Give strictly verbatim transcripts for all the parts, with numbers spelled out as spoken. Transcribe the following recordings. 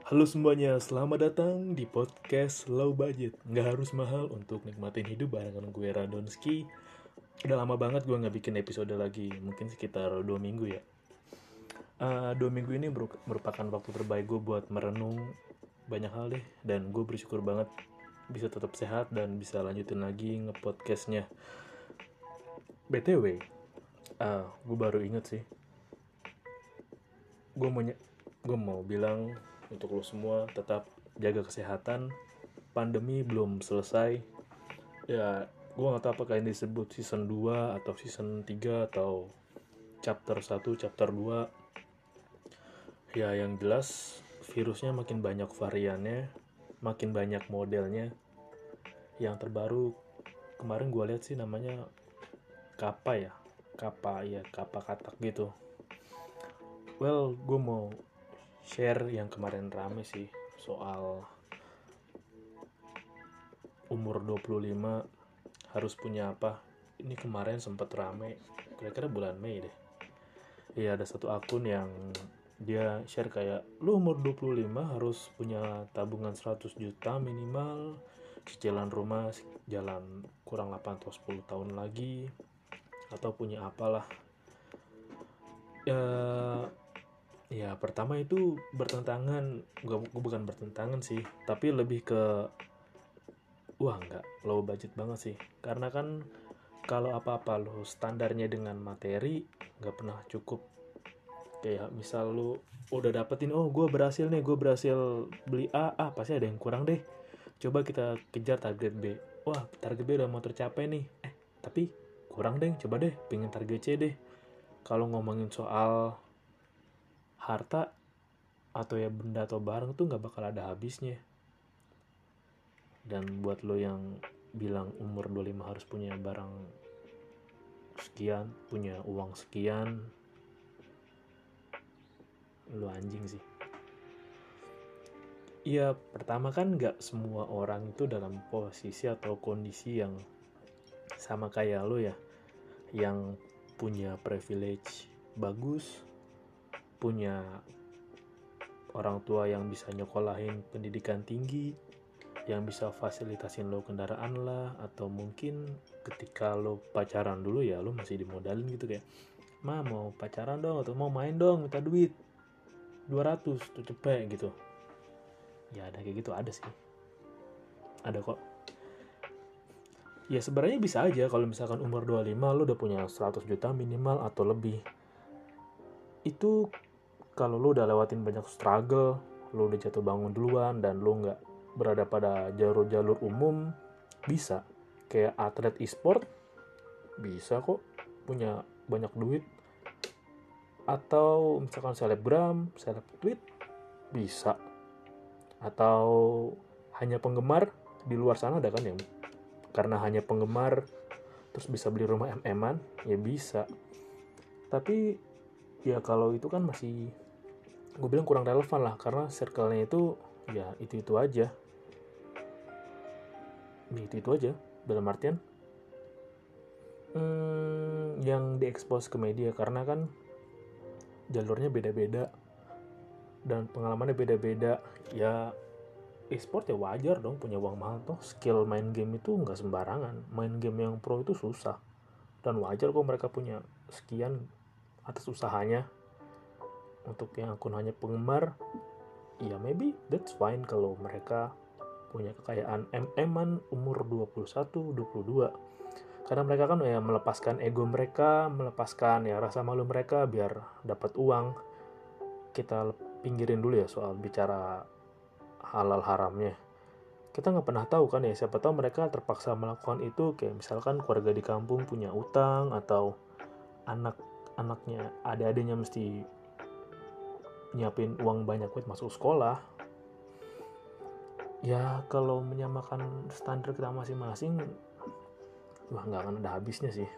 Halo semuanya, selamat datang di podcast Low Budget. Nggak harus mahal untuk nikmatin hidup barengan gue Radonski. Udah lama banget gue nggak bikin episode lagi, mungkin sekitar dua minggu ya. Uh, dua minggu ini merupakan waktu terbaik gue buat merenung banyak hal deh. Dan gue bersyukur banget bisa tetap sehat dan bisa lanjutin lagi nge-podcastnya. B T W, uh, gue baru inget sih. Gue mau, gue mau bilang untuk lo semua tetap jaga kesehatan. Pandemi belum selesai. Ya, gue gak tahu apakah ini disebut season dua atau season tiga atau chapter satu, chapter dua. Ya, yang jelas virusnya makin banyak variannya, makin banyak modelnya. Yang terbaru kemarin gue lihat sih namanya Kappa ya. Kappa ya, Kappa katak gitu. Well, gue mau share yang kemarin rame sih soal umur dua puluh lima harus punya apa. Ini kemarin sempat rame, kira-kira bulan Mei deh. Ya ada satu akun yang dia share kayak, lu umur dua puluh lima harus punya tabungan seratus juta minimal, cicilan rumah jalan kurang delapan atau sepuluh tahun lagi, atau punya apalah. Ya, ya pertama itu bertentangan, gue bukan bertentangan sih, tapi lebih ke wah nggak low budget banget sih, karena kan kalau apa-apa lo standarnya dengan materi nggak pernah cukup. Kayak misal lo udah dapetin, oh gue berhasil nih, gue berhasil beli A, ah pasti ada yang kurang deh, coba kita kejar target B. Wah target B udah mau tercapai nih, eh tapi kurang deh, coba deh pengen target C deh. Kalau ngomongin soal harta atau ya benda atau barang tuh nggak bakal ada habisnya. Dan buat lo yang bilang umur dua puluh lima harus punya barang sekian, punya uang sekian, lo anjing sih. Iya, pertama kan gak semua orang itu dalam posisi atau kondisi yang sama kayak lo ya, yang punya privilege bagus, punya orang tua yang bisa nyokolahin pendidikan tinggi, yang bisa fasilitasin lo kendaraan lah, atau mungkin ketika lo pacaran dulu ya lo masih dimodalin gitu kayak, ma mau pacaran dong atau mau main dong minta duit dua ratus tuh cepet gitu. Ya ada kayak gitu, ada sih, ada kok. Ya sebenarnya bisa aja kalau misalkan umur dua puluh lima lo udah punya seratus juta minimal atau lebih. Itu kalau lo udah lewatin banyak struggle, lo udah jatuh bangun duluan dan lo gak berada pada jalur-jalur umum, bisa. Kayak atlet e-sport bisa kok punya banyak duit. Atau misalkan selebgram, seleb tweet bisa. Atau hanya penggemar, di luar sana ada kan yang karena hanya penggemar terus bisa beli rumah em-eman, ya bisa. Tapi ya kalau itu kan masih, gue bilang kurang relevan lah, karena circle-nya itu ya itu-itu aja. Itu-itu aja, dalam artian hmm, yang diekspos ke media, karena kan jalurnya beda-beda dan pengalamannya beda-beda. Ya e-sport ya wajar dong punya uang mahal, toh skill main game itu nggak sembarangan. Main game yang pro itu susah, dan wajar kok mereka punya sekian atas usahanya. Untuk yang akun hanya penggemar, ya maybe that's fine kalau mereka punya kekayaan em-eman umur dua puluh satu, dua puluh dua. Karena mereka kan ya melepaskan ego mereka, melepaskan ya rasa malu mereka biar dapat uang. Kita pinggirin dulu ya soal bicara halal haramnya. Kita nggak pernah tahu kan ya, siapa tahu mereka terpaksa melakukan itu, kayak misalkan keluarga di kampung punya utang, atau anak-anaknya, adik-adiknya mesti nyiapin uang banyak buat masuk sekolah. Ya kalau menyamakan standar kita masing-masing, wah nggak akan ada habisnya sih.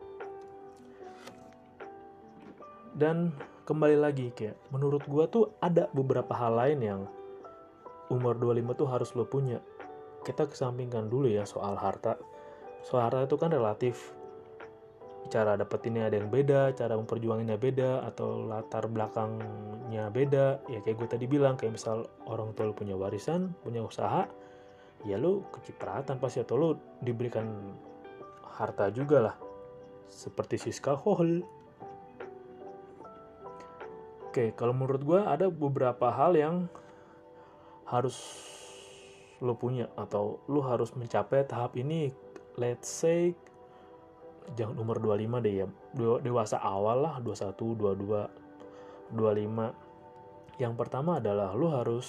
Dan kembali lagi, kayak menurut gue tuh ada beberapa hal lain yang umur dua puluh lima tuh harus lo punya. Kita kesampingkan dulu ya soal harta. Soal harta itu kan relatif. cara dapetinnya ada yang beda, cara memperjuanginnya beda, atau latar belakangnya beda. Ya kayak gue tadi bilang, kayak misal orang tua lu punya warisan, punya usaha, ya lu kecipratan pasti, atau lu diberikan harta juga lah, seperti Siska Hohl. Oke, kalau menurut gue ada beberapa hal yang harus lu punya, atau lu harus mencapai tahap ini. Let's say jangan umur dua puluh lima deh ya, dewasa awal lah, dua puluh satu, dua puluh dua, dua puluh lima. Yang pertama adalah lu harus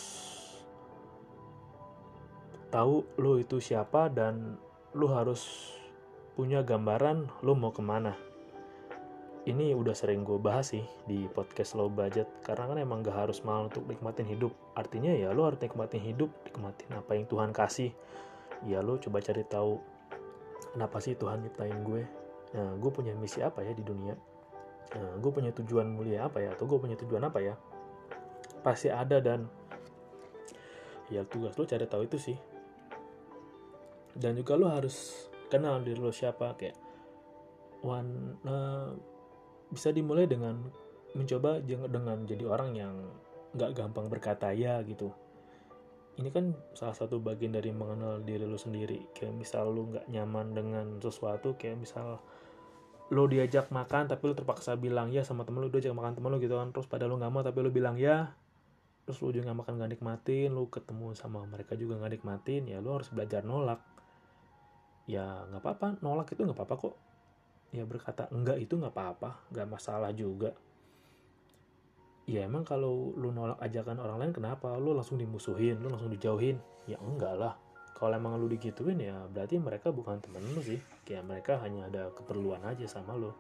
tahu lu itu siapa, dan lu harus punya gambaran lu mau kemana. Ini udah sering gue bahas sih di podcast Low Budget, karena kan emang gak harus mahal untuk nikmatin hidup. Artinya ya lu harus nikmatin hidup, nikmatin apa yang Tuhan kasih. Ya lu coba cari tahu kenapa sih Tuhan nyiptain gue. Nah, gue punya misi apa ya di dunia? Nah, gue punya tujuan mulia apa ya? Atau gue punya tujuan apa ya? Pasti ada, dan ya tugas lo cari tahu itu sih. Dan juga lo harus kenal diri lo siapa. Kayak one, uh, bisa dimulai dengan mencoba dengan jadi orang yang gak gampang berkata ya gitu. Ini kan salah satu bagian dari mengenal diri lo sendiri. Kayak misal lo gak nyaman dengan sesuatu, kayak misal lo diajak makan tapi lo terpaksa bilang ya sama temen lo, diajak makan temen lo gitu kan, terus padahal lo gak mau tapi lo bilang ya, terus lo juga makan gak nikmatin, lo ketemu sama mereka juga gak nikmatin, ya lo harus belajar nolak. Ya gak apa-apa, nolak itu gak apa-apa kok. Ya berkata enggak itu gak apa-apa, gak masalah juga. Ya emang kalau lo nolak ajakan orang lain, kenapa lo langsung dimusuhin, lo langsung dijauhin? Ya enggak lah. Kalau emang lu digituin, ya berarti mereka bukan temen lu sih. Kayak mereka hanya ada keperluan aja sama lu.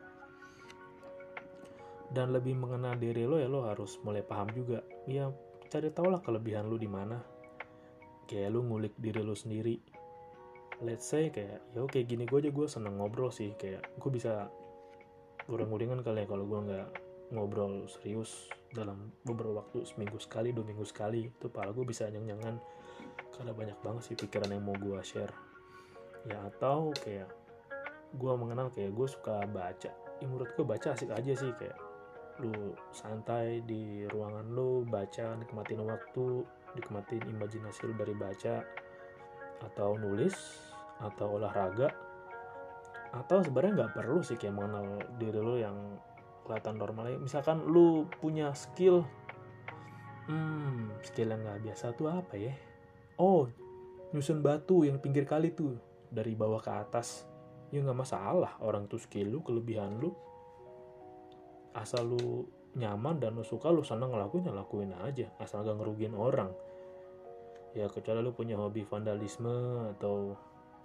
Dan lebih mengenal diri lo, ya lo harus mulai paham juga. Ya cari tau lah kelebihan lu di mana. Kayak lu ngulik diri lu sendiri. Let's say kayak ya oke gini, gue aja gue seneng ngobrol sih. Kayak gue bisa guring-guringan kali ya kalau gue nggak ngobrol serius dalam beberapa waktu, seminggu sekali, dua minggu sekali. Itu pala gue bisa nyeng-nyengan, karena banyak banget sih pikiran yang mau gue share. Ya atau kayak gue mengenal, kayak gue suka baca. Ya menurut gue baca asik aja sih. Kayak lu santai di ruangan lu, baca, nikmatin waktu, nikmatin imajinasi lu dari baca, atau nulis, atau olahraga. Atau sebenarnya gak perlu sih kayak mengenal diri lu yang kelihatan normal. Misalkan lu punya skill, Hmm, skill yang gak biasa tuh apa ya? Oh, nyusun batu yang pinggir kali tuh dari bawah ke atas. Ya gak masalah, orang tuh skill lu, kelebihan lu. Asal lu nyaman dan lu suka, lu senang ngelakuin, ya lakuin aja. Asal gak ngerugiin orang. Ya kecuali lu punya hobi vandalisme atau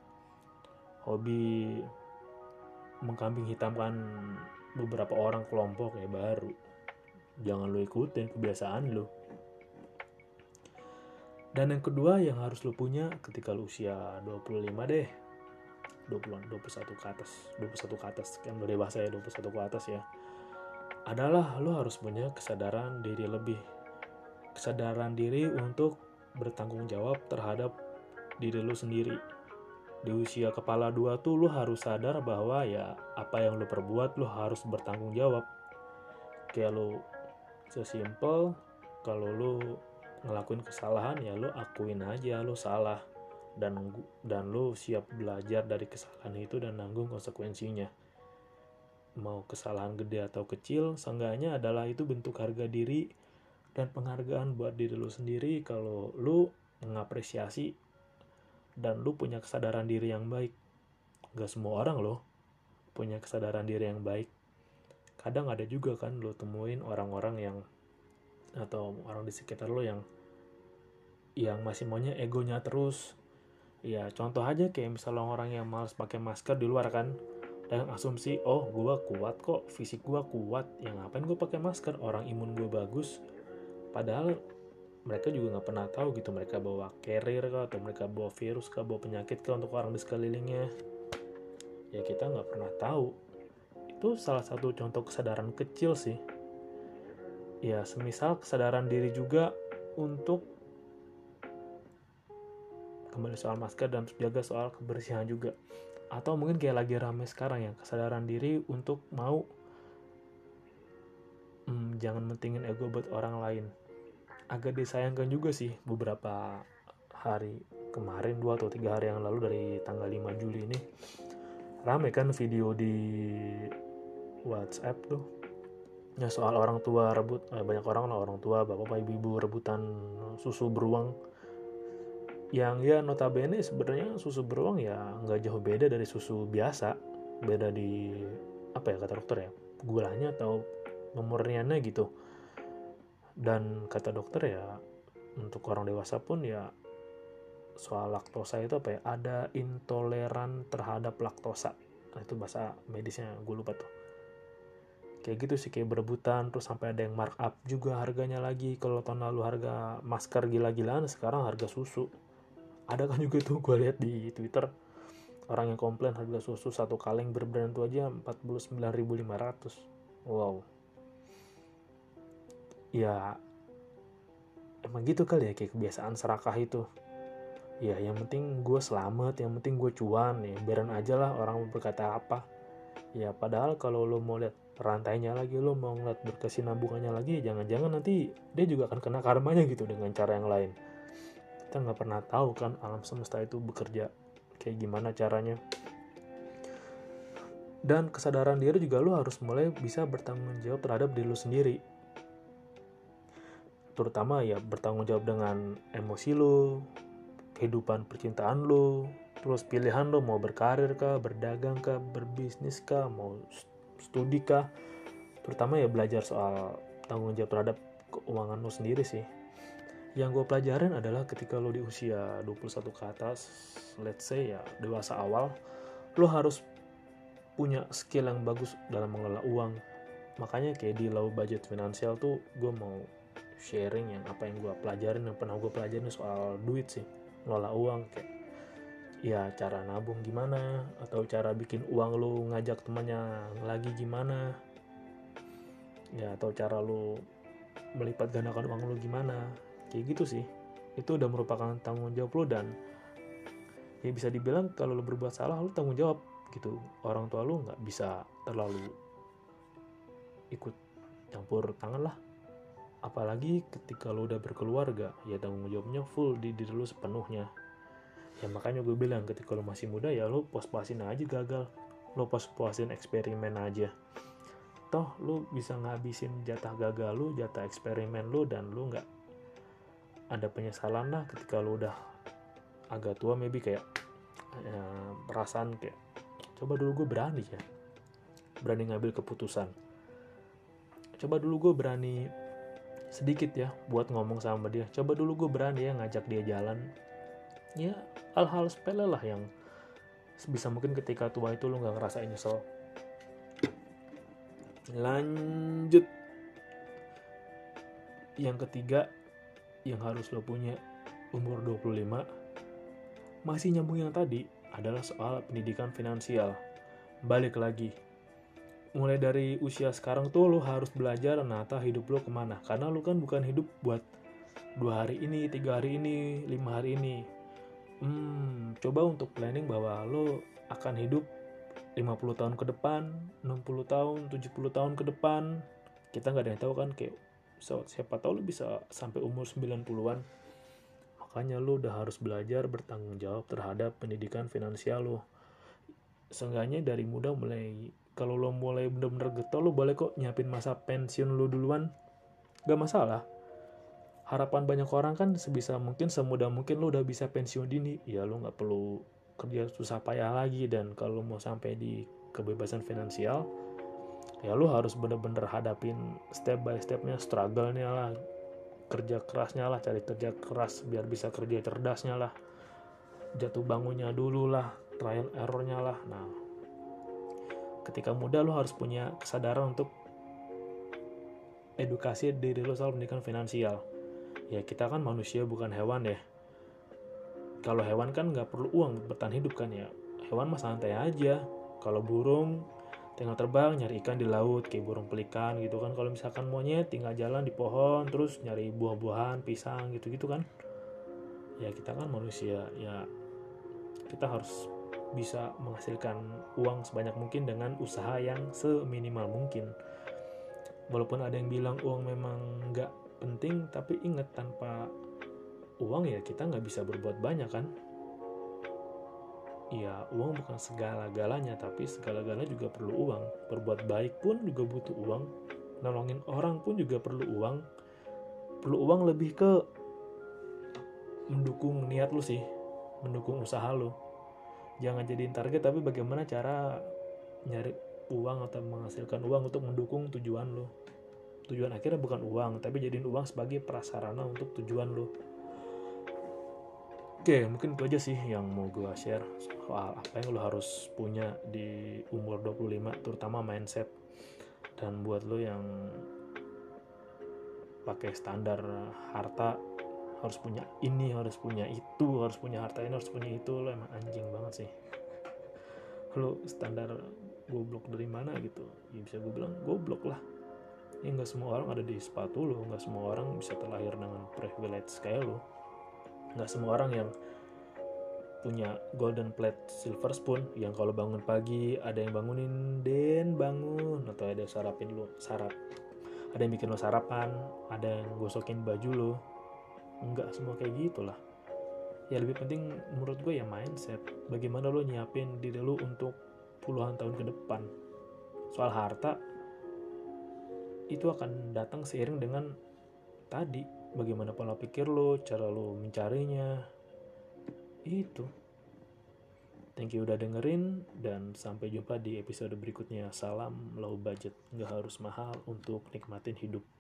hobi mengkambing hitamkan beberapa orang kelompok, ya baru jangan lu ikutin kebiasaan lu. Dan yang kedua yang harus lu punya ketika lu usia dua puluh lima deh, dua puluhan, dua puluh satu ke atas, dua puluh satu ke atas, kan udah dewasa ya, dua puluh satu ke atas ya, adalah lu harus punya kesadaran diri lebih. Kesadaran diri untuk bertanggung jawab terhadap diri lu sendiri. Di usia kepala dua tuh lu harus sadar bahwa ya apa yang lu perbuat lu harus bertanggung jawab. Kayak lu sesimpel kalau lu ngelakuin kesalahan, ya lu akuin aja lu salah, dan dan lu siap belajar dari kesalahan itu dan nanggung konsekuensinya. Mau kesalahan gede atau kecil, seenggaknya adalah itu bentuk harga diri dan penghargaan buat diri lu sendiri kalau lu mengapresiasi dan lu punya kesadaran diri yang baik. Gak semua orang loh punya kesadaran diri yang baik. Kadang ada juga kan lu temuin orang-orang yang, atau orang di sekitar lu yang yang masih maunya egonya terus. Ya contoh aja kayak misalnya orang yang malas pakai masker di luar kan, dan asumsi oh gue kuat kok, fisik gue kuat, ya ngapain gue pakai masker, orang imun gue bagus. Padahal mereka juga nggak pernah tahu gitu, mereka bawa carrier kah, atau mereka bawa virus kah, bawa penyakit kah untuk orang di sekelilingnya. Ya kita nggak pernah tahu. Itu salah satu contoh kesadaran kecil sih. Ya semisal kesadaran diri juga untuk kembali soal masker dan jaga soal kebersihan juga. Atau mungkin kayak lagi rame sekarang ya, kesadaran diri untuk mau hmm, jangan mentingin ego buat orang lain. Agak disayangkan juga sih, beberapa hari kemarin, dua atau tiga hari yang lalu dari tanggal lima Juli ini, rame kan video di WhatsApp tuh ya soal orang tua rebut, eh, banyak orang lah, orang tua, bapak, ibu-ibu rebutan susu beruang. Yang ya notabene sebenarnya susu beruang ya nggak jauh beda dari susu biasa, beda di apa ya kata dokter ya, gulanya atau pemurniannya gitu. Dan kata dokter ya untuk orang dewasa pun ya soal laktosa itu apa ya, ada intoleran terhadap laktosa. Nah, itu bahasa medisnya gue lupa tuh. Kayak gitu sih, kayak berebutan, terus sampai ada yang markup juga harganya lagi. Kalau tahun lalu harga masker gila-gilaan, sekarang harga susu. Ada kan juga tuh gue lihat di Twitter, orang yang komplain harga susu satu kaleng berbrand itu aja empat puluh sembilan ribu lima ratus. Wow. Ya emang gitu kali ya, kayak kebiasaan serakah itu. Ya yang penting gue selamat, yang penting gue cuan, ya biarin aja lah orang mau berkata apa. Ya padahal kalau lo mau lihat rantainya lagi, lo mau ngeliat berkesinambungannya lagi, jangan-jangan nanti dia juga akan kena karmanya gitu dengan cara yang lain. Kita nggak pernah tahu kan alam semesta itu bekerja kayak gimana caranya. Dan kesadaran diri juga lo harus mulai bisa bertanggung jawab terhadap diri lo sendiri, terutama ya bertanggung jawab dengan emosi lo, kehidupan percintaan lo, terus pilihan lo mau berkarir kah, berdagang kah, berbisnis kah, mau studi kah. Terutama ya belajar soal tanggung jawab terhadap keuangan lo sendiri sih. Yang gue pelajarin adalah ketika lo di usia dua puluh satu ke atas, let's say ya dewasa awal, lo harus punya skill yang bagus dalam mengelola uang. Makanya kayak di Low Budget Finansial tuh gue mau sharing yang apa yang gue pelajarin, yang pernah gue pelajarin soal duit sih, ngelola uang. Kayak ya cara nabung gimana, atau cara bikin uang lo ngajak temannya lagi gimana, ya atau cara lo melipat gandakan uang lo gimana. Kayak gitu sih, itu udah merupakan tanggung jawab lo. Dan ya bisa dibilang kalau lo berbuat salah, lo tanggung jawab gitu. Orang tua lo nggak bisa terlalu ikut campur tangan lah. Apalagi ketika lo udah berkeluarga, ya tanggung jawabnya full di diri lo sepenuhnya. Ya makanya gue bilang ketika lo masih muda ya lo puas-puasin aja gagal, lo puas-puasin eksperimen aja. Toh lo bisa ngabisin jatah gagal lo, jatah eksperimen lo, dan lo nggak ada penyesalan lah ketika lo udah agak tua, maybe kayak ya, perasaan kayak coba dulu gue berani ya, berani ngambil keputusan. Coba dulu gue berani sedikit ya buat ngomong sama dia. Coba dulu gue berani ya ngajak dia jalan. Ya hal-hal sepele lah yang sebisa mungkin ketika tua itu lo gak ngerasain nyesel. Lanjut, yang ketiga yang harus lo punya umur dua puluh lima, masih nyambung yang tadi, adalah soal pendidikan finansial. Balik lagi, mulai dari usia sekarang tuh lo harus belajar menata hidup lo kemana. Karena lo kan bukan hidup buat dua hari ini, tiga hari ini, lima hari ini. Hmm, coba untuk planning bahwa lo akan hidup lima puluh tahun ke depan, enam puluh tahun, tujuh puluh tahun ke depan. Kita gak ada yang tahu kan, kayak so, siapa tahu lo bisa sampai umur sembilan puluhan. Makanya lo udah harus belajar bertanggung jawab terhadap pendidikan finansial lo. Seenggaknya dari muda mulai, kalau lo mulai bener-bener getol, lo boleh kok nyiapin masa pensiun lo duluan. Gak masalah. Harapan banyak orang kan sebisa mungkin, semudah mungkin lo udah bisa pensiun dini. Ya lo gak perlu kerja susah payah lagi. Dan kalau mau sampai di kebebasan finansial, ya lo harus bener-bener hadapin step by stepnya, struggle-nya lah, kerja kerasnya lah, cari kerja keras biar bisa kerja cerdasnya lah, jatuh bangunnya dulu lah, trial errornya lah. Nah, ketika muda lo harus punya kesadaran untuk edukasi diri lo soal pendidikan finansial. Ya kita kan manusia bukan hewan ya. Kalau hewan kan nggak perlu uang bertahan hidup kan ya. Hewan mah santai aja. Kalau burung tinggal terbang nyari ikan di laut kayak burung pelikan gitu kan. Kalau misalkan monyet tinggal jalan di pohon terus nyari buah-buahan, pisang gitu-gitu kan. Ya kita kan manusia ya, kita harus bisa menghasilkan uang sebanyak mungkin dengan usaha yang seminimal mungkin. Walaupun ada yang bilang uang memang nggak penting, tapi ingat, tanpa uang ya kita nggak bisa berbuat banyak kan. Ya uang bukan segala-galanya, tapi segala-galanya juga perlu uang. Berbuat baik pun juga butuh uang, nolongin orang pun juga perlu uang. Perlu uang lebih ke mendukung niat lu sih, mendukung usaha lu. Jangan jadiin target, tapi bagaimana cara nyari uang atau menghasilkan uang untuk mendukung tujuan lu. Tujuan akhirnya bukan uang, tapi jadiin uang sebagai prasarana untuk tujuan lu. Oke, mungkin itu aja sih yang mau gue share soal apa yang lo harus punya di umur dua puluh lima, terutama mindset. Dan buat lo yang pakai standar harta, harus punya ini, harus punya itu, harus punya harta ini, harus punya itu, lo emang anjing banget sih. Lo standar goblok dari mana gitu? Ya bisa gue bilang goblok lah. Ya nggak semua orang ada di sepatu lo, nggak semua orang bisa terlahir dengan privilege kayak lo. Nggak semua orang yang punya golden plate silver spoon yang kalau bangun pagi ada yang bangunin, Den bangun, atau ada yang sarapin lo sarap, ada yang bikin lo sarapan, ada yang gosokin baju lo. Enggak semua kayak gitulah. Ya lebih penting menurut gue ya mindset, bagaimana lo nyiapin diri lo untuk puluhan tahun ke depan. Soal harta itu akan datang seiring dengan tadi, bagaimana pola pikir lo, cara lo mencarinya. Itu. Thank you udah dengerin, dan sampai jumpa di episode berikutnya. Salam low budget, gak harus mahal untuk nikmatin hidup.